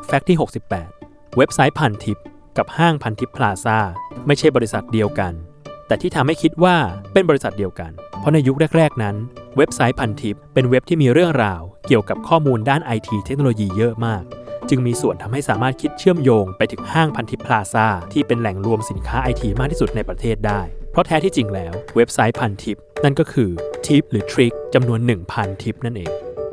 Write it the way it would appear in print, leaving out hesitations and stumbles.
แฟกต์ที่68เว็บไซต์พันทิปกับห้างพันทิปพลาซ่าไม่ใช่บริษัทเดียวกันแต่ที่ทำให้คิดว่าเป็นบริษัทเดียวกันเพราะในยุคแรกๆนั้นเว็บไซต์พันทิปเป็นเว็บที่มีเรื่องราวเกี่ยวกับข้อมูลด้าน IT เทคโนโลยีเยอะมากจึงมีส่วนทำให้สามารถคิดเชื่อมโยงไปถึงห้างพันทิปพลาซ่าที่เป็นแหล่งรวมสินค้า IT มากที่สุดในประเทศได้เพราะแท้ที่จริงแล้วเว็บไซต์พันทิปนั่นก็คือทิปหรือทริคจำนวน 1,000 ทิปนั่นเอง